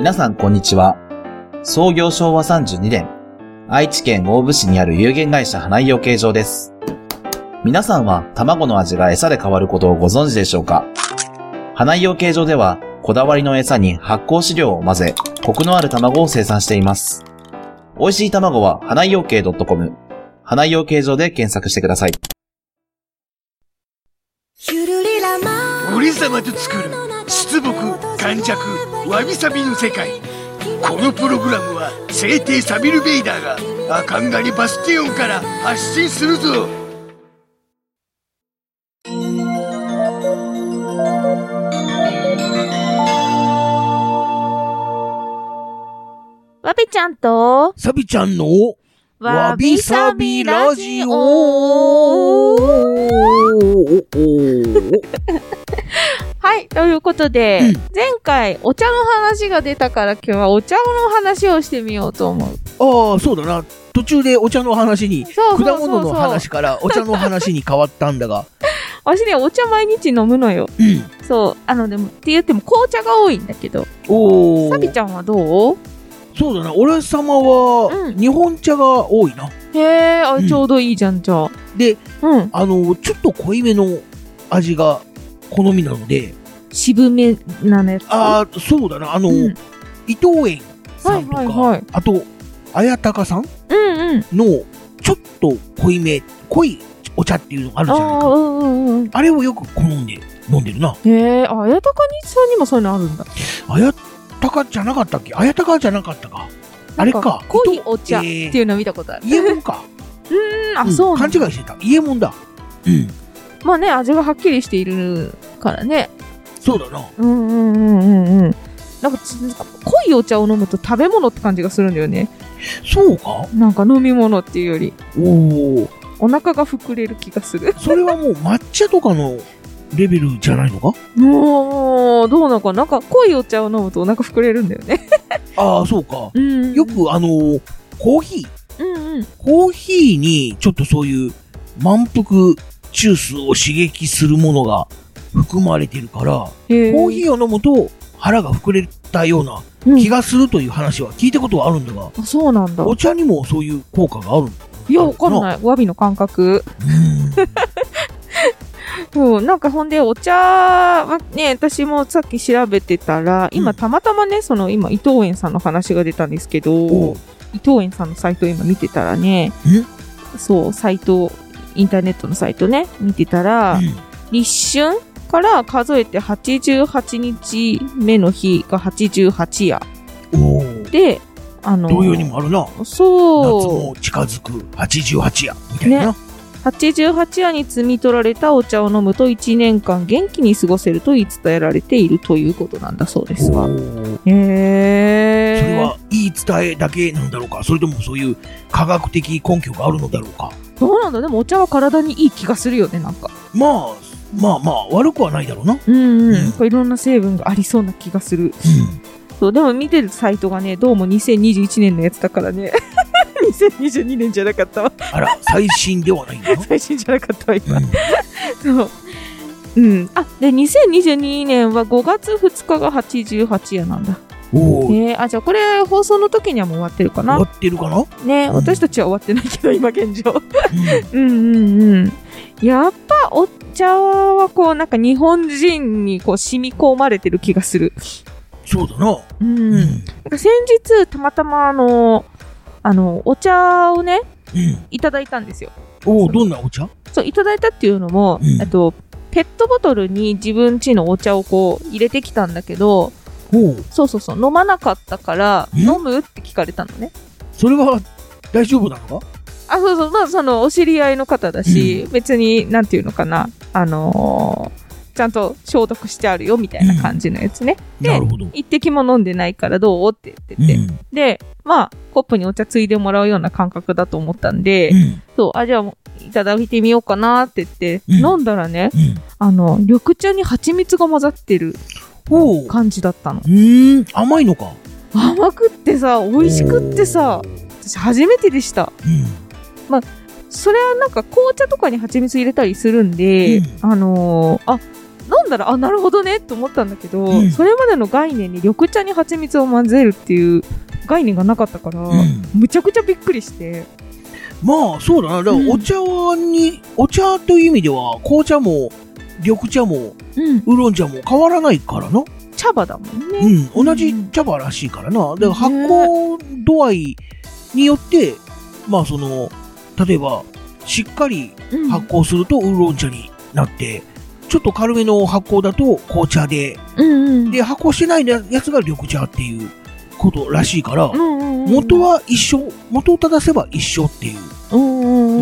皆さんこんにちは。創業昭和32年、愛知県大府市にある有限会社花井養鶏場です。皆さんは卵の味が餌で変わることをご存知でしょうか？花井養鶏場では、こだわりの餌に発酵飼料を混ぜ、コクのある卵を生産しています。美味しい卵は花井養鶏 .com、花井養鶏場で検索してください。 俺様と作る出木、感弱、わびさびの世界。このプログラムは聖帝サビル・ベイダーがアカンガリバスティオンから発信するぞ。 わびちゃんとサビちゃんのわびさびラジオはい、ということで、前回お茶の話が出たから今日はお茶の話をしてみようと思う。 ああ、そうだな。途中でお茶の話に、果物の話からお茶の話に変わったんだが。 私ね、お茶毎日飲むのよ。そう、でも、って言っても紅茶が多いんだけど。サビちゃんはどう？ そうだな、俺様は、日本茶が多いな。 へー、ちょうどいいじゃん、じゃあ。 で、ちょっと濃いめの味が好みなので。 渋めなやつ？ そうだな、伊藤園さんとか、あと、綾鷹さんの、ちょっと濃いお茶っていうのがあるじゃないか。あれをよく好んで飲んでるな。 へー、綾鷹さんにもそういうのあるんだ。 綾鷹じゃなかったっけ？綾鷹じゃなかったか。あれか。 濃いお茶っていうの見たことある。 伊右衛門か。 そう勘違いしてた。伊右衛門だ。 まあね、味がはっきりしているからね。 そうだな。 なんか濃いお茶を飲むと食べ物って感じがするんだよね。 そうか？ なんか飲み物っていうより。お腹が膨れる気がする。 それはもう抹茶とかのレベルじゃないのか？ もう、どうなのかな。なんか濃いお茶を飲むとお腹膨れるんだよね。 そうか。よくコーヒー。コーヒーにちょっとそういう満腹中枢を刺激するものが含まれてるから、コーヒーを飲むと腹が膨れたような気がするという話は聞いたことはあるんだが、 そうなんだ。 お茶にもそういう効果があるんだ。 いや、わかんない。わびの感覚。なんかほんでお茶はね、私もさっき調べてたら、今たまたまね、今伊藤園さんの話が出たんですけど、伊藤園さんのサイトを今見てたらね、サイト、インターネットのサイトね、見てたら、立春から数えて88日目の日が88夜。で、 同様にもあるな。 そう。 夏も近づく88夜みたいな。 ね、88夜に摘み取られたお茶を飲むと1年間元気に過ごせると言い伝えられているということなんだそうですが。それは言い伝えだけなんだろうか、それともそういう科学的根拠があるのだろうか。 どうなんだ。でもお茶は体にいい気がするよね、なんか。 まあ悪くはないだろうな。 いろんな成分がありそうな気がする。そう、でも見てるサイトがね、どうも2021年のやつだからね。2022年じゃなかったわ。 あら、最新ではないんだ。 最新じゃなかったわ、今。そう。で、2022年は5月2日が88夜なんだ。じゃあこれ放送の時にはもう終わってるかな。 終わってるかなね、私たちは終わってないけど、今現状。やっぱお茶はこう、なんか日本人にこう染み込まれてる気がする。 そうだな。 なんか先日、たまたまお茶をね、いただいたんですよ。 どんなお茶？ そう、いただいたっていうのも、ペットボトルに自分家のお茶をこう入れてきたんだけど、飲まなかったから飲むって聞かれたのね。 それは大丈夫なのか？ お知り合いの方だし、別になんていうのかな、ちゃんと消毒してあるよみたいな感じのやつね。で、一滴も飲んでないからどうって言ってて、で、コップにお茶ついでもらうような感覚だと思ったんで、じゃあいただいてみようかなって言って、飲んだらね、緑茶に蜂蜜が混ざってる感じだったの。 甘いのか？ 甘くってさ、美味しくってさ、私初めてでした。それはなんか紅茶とかに蜂蜜入れたりするんで、飲んんだら、あ、なるほどねって思ったんだけど、それまでの概念に緑茶に蜂蜜を混ぜるっていう概念がなかったから、むちゃくちゃびっくりして。 まあ、そうだな。だからお茶という意味では、紅茶も、緑茶も、ウーロン茶も変わらないからな。 茶葉だもんね。 同じ茶葉らしいからな。だから発酵度合いによって、まあ例えば、しっかり発酵するとウーロン茶になって、ちょっと軽めの発酵だと紅茶で、で、発酵してないやつが緑茶っていうことらしいから、元は一緒、元を正せば一緒っていう。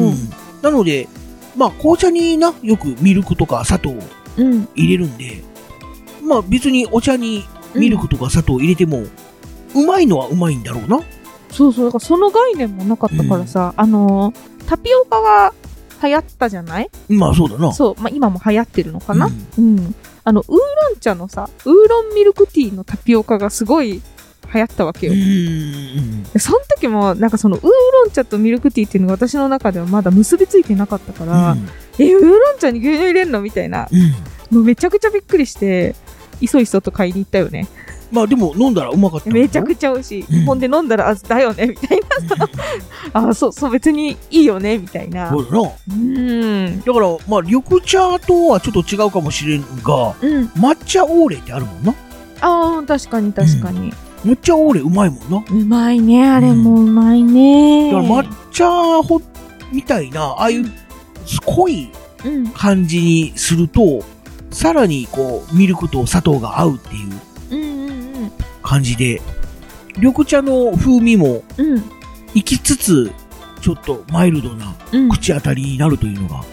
なので、まあ紅茶によくミルクとか砂糖を入れるんで、まあ別にお茶にミルクとか砂糖を入れても、うまいのはうまいんだろうな。 そうそう、だからその概念もなかったからさ、タピオカが流行ったじゃない？ まあそうだな。 そう、まあ今も流行ってるのかな？ウーロン茶のさ、ウーロンミルクティーのタピオカがすごい流行ったわけよ。その時もなんかそのウーロン茶とミルクティーっていうのが私の中ではまだ結びついてなかったから、ウーロン茶に牛乳入れんのみたいな、もうめちゃくちゃびっくりして、いそいそと買いに行ったよね。 まあでも飲んだらうまかった。 めちゃくちゃ美味しい。ほんで飲んだら、あ、だよねみたいな。あ、そう別にいいよねみたいな。 そうだな。だからまあ緑茶とはちょっと違うかもしれんが、抹茶オーレってあるもんな。 ああ、確かに確かに。 抹茶オーレうまいもんな。 うまいね、あれもうまいね。 だから抹茶みたいな、ああいう濃い感じにすると、さらにこうミルクと砂糖が合うっていう感じで、緑茶の風味も生きつつ、ちょっとマイルドな口当たりになるというのが、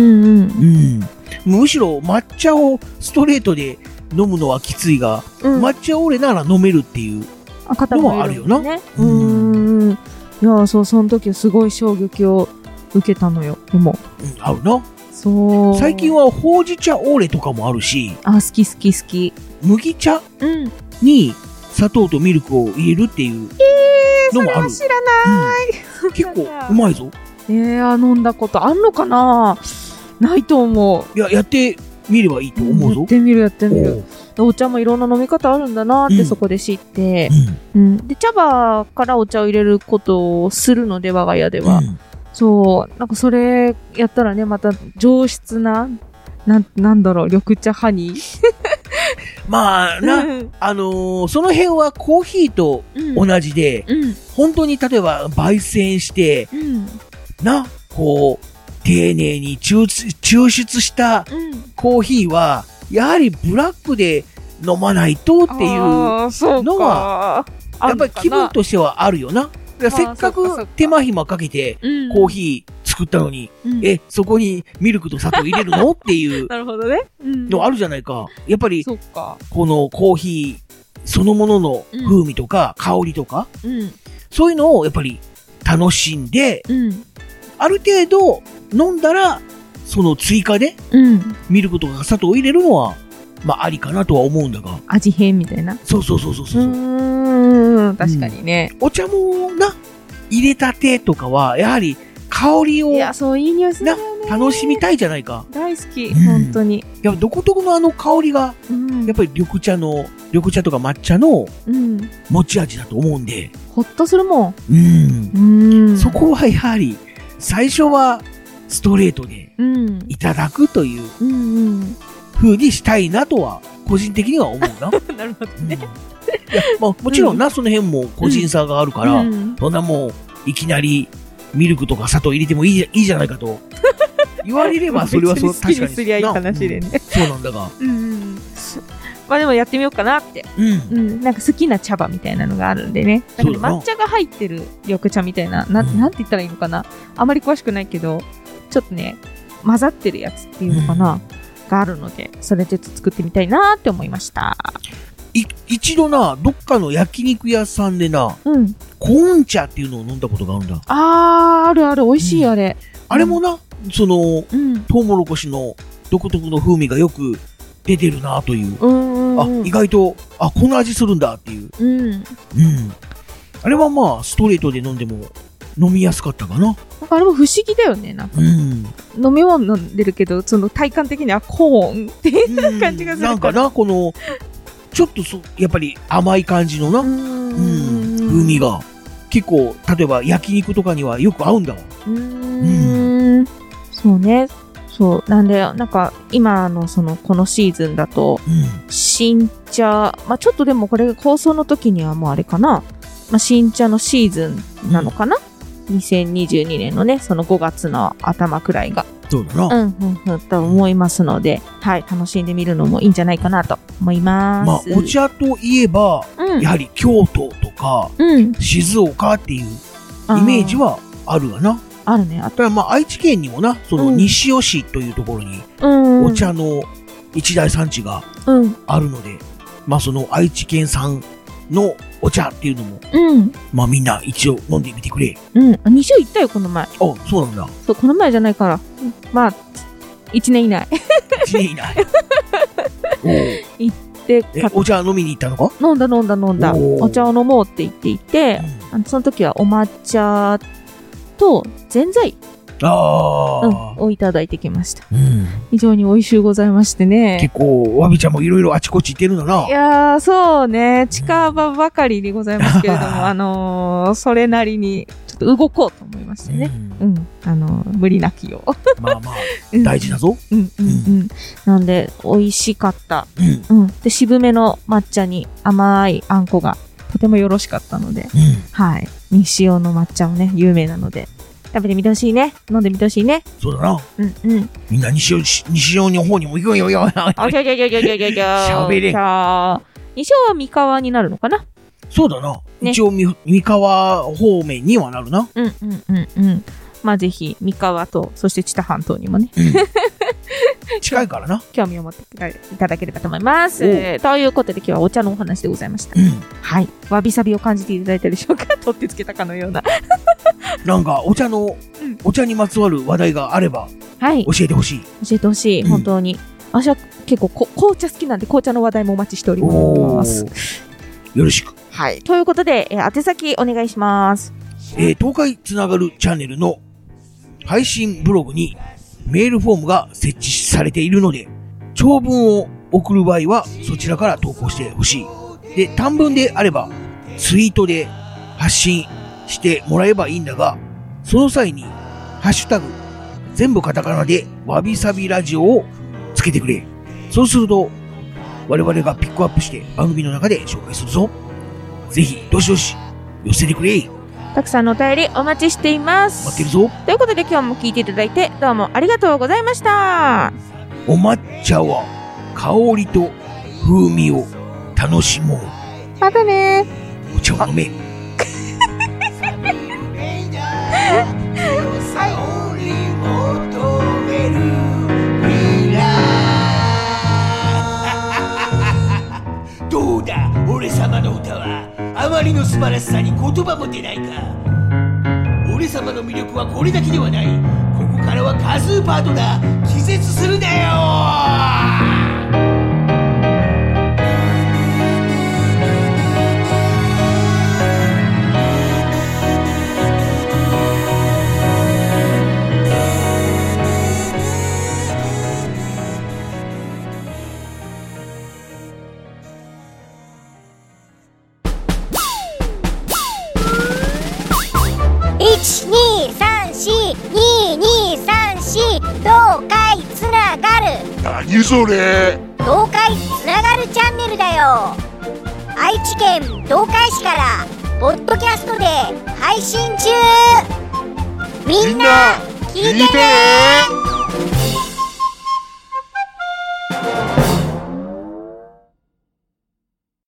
むしろ抹茶をストレートで飲むのはきついが、抹茶オーレなら飲めるっていうのもあるよな。 いや、そう、その時すごい衝撃を受けたのよ。でも、 合うな。 そう。 最近はほうじ茶オーレとかもあるし、 あ、好き。 麦茶に砂糖とミルクを入れるっていうのもある。 知らない。 結構うまいぞ。 飲んだことあんのかな？ないと思う。 いや、やってみればいいと思うぞ。 やってみる。お茶もいろんな飲み方あるんだなってそこで知って、で、茶葉からお茶を入れることをするので、我が家では。そう、なんかそれやったらね、また上質な、なんだろう、緑茶ハニーまあな、その辺はコーヒーと同じで、本当に例えば焙煎して、こう、丁寧に抽出したコーヒーは、やはりブラックで飲まないとっていうのは、やっぱり気分としてはあるよな。せっかく手間暇かけてコーヒー作ったのに、そこにミルクと砂糖入れるのっていうのあるじゃないか。やっぱり、このコーヒーそのものの風味とか香りとか、そういうのをやっぱり楽しんで、ある程度飲んだら、その追加でミルクとか砂糖を入れるのは、まあありかなとは思うんだが。 味変みたいな。 そう。 確かにね。 お茶も入れたてとかは、やはり香りを、 いや、そう、いい匂いするよね。 楽しみたいじゃないか。 大好き、本当に。 やっぱ独特の香りが、やっぱり緑茶とか抹茶の持ち味だと思うんで。 ほっとするもん。そこはやはり、最初はストレートでいただくという風にしたいなとは、個人的には思うな。 なるほどね。 いや、まあもちろんな、その辺も個人差があるから、そんなもう、いきなりミルクとか砂糖入れてもいいじゃないかと言われれば、それはそう、確かに。 好きにすりゃいい話でね。 そうなんだが。 まあでもやってみようかなって。なんか好きな茶葉みたいなのがあるんでね。だから抹茶が入ってる緑茶みたいな、なんて言ったらいいのかな。あまり詳しくないけど、ちょっとね、混ざってるやつっていうのかな。があるので、それちょっと作ってみたいなって思いました。 一度どっかの焼肉屋さんでコーン茶っていうのを飲んだことがあるんだ。 ある、美味しい、あれ。 あれもトウモロコシの独特の風味がよく出てるなという。意外と、こんな味するんだっていう。あれはまあ、ストレートで飲んでも、 飲みやすかったかな。 なんかあれも不思議だよね。なんか、飲み物飲んでるけど、その体感的にはコーンっていう感じがする。 なんかな、この、ちょっとやっぱり甘い感じのな、風味が。結構、例えば焼肉とかにはよく合うんだわ。 そうね。そう。なんで、なんか、今のこのシーズンだと、新茶、まあちょっとでもこれ放送の時にはもうあれかな。まあ新茶のシーズンなのかな、2022年のね、その5月の頭くらいが。 そうだな。 と思いますので、はい、楽しんでみるのもいいんじゃないかなと思います。 まあ、お茶といえば、やはり京都とか、静岡っていうイメージはあるわな。 あるね。 あとはまあ、愛知県にもな、その西尾市というところに、お茶の一大産地があるので、まあ、その愛知県産のお茶っていうのも、まあみんな一応飲んでみてくれ。 西尾行ったよ、この前。 あ、そうなんだ。 そう、この前じゃないから。まあ、1年以内。 1年以内。 行ってお茶飲みに行ったのか？ 飲んだ。お茶を飲もうって言っていて、その時はお抹茶とぜんざいをいただいてきました。非常に美味しゅうございましてね。 結構、わびちゃんもいろいろあちこち行ってるんだな。 いやー、そうね。近場ばかりでございますけれども、それなりに、ちょっと動こうと思いましてね。無理なきよう。 まあまあ、大事だぞ。 なんで、美味しかった。で、渋めの抹茶に甘いあんこがとてもよろしかったので、はい。西尾の抹茶もね、有名なので、食べてみてほしいね。飲んでみてほしいね。 そうだな。みんな西尾の方にも行くよよ。 喋れ。西尾は三河になるのかな？ そうだな。一応三河方面にはなるな。 まあぜひ三河と、そして知多半島にもね。 近いからな。 興味を持っていただければと思います。ということで今日はお茶のお話でございました。はい。わびさびを感じていただいたでしょうか？取ってつけたかのような。 なんかお茶にまつわる話題があれば、教えてほしい。 教えてほしい。本当に。私は結構紅茶好きなんで紅茶の話題もお待ちしております。 よろしく。 はい。ということで、宛先お願いします。 東海つながるチャンネルの配信ブログにメールフォームが設置されているので、長文を送る場合はそちらから投稿してほしい。で、短文であればツイートで発信してもらえばいいんだが、その際にハッシュタグ全部カタカナでわびさびラジオをつけてくれ。そうすると我々がピックアップして番組の中で紹介するぞ。ぜひどしどし寄せてくれ。 たくさんのお便りお待ちしています。 待ってるぞ。 ということで今日も聞いていただいてどうもありがとうございました。 お抹茶は香りと風味を楽しもう。 またね。 お茶を飲め。 どうだ、俺様の歌はあまりの素晴らしさに言葉も出ないか。俺様の魅力はこれだけではない。ここからはカズーパートだ。気絶するなよ。 東海つながる。 何それ？ 東海つながるチャンネルだよ。愛知県東海市からポッドキャストで配信中。みんな聞いてね。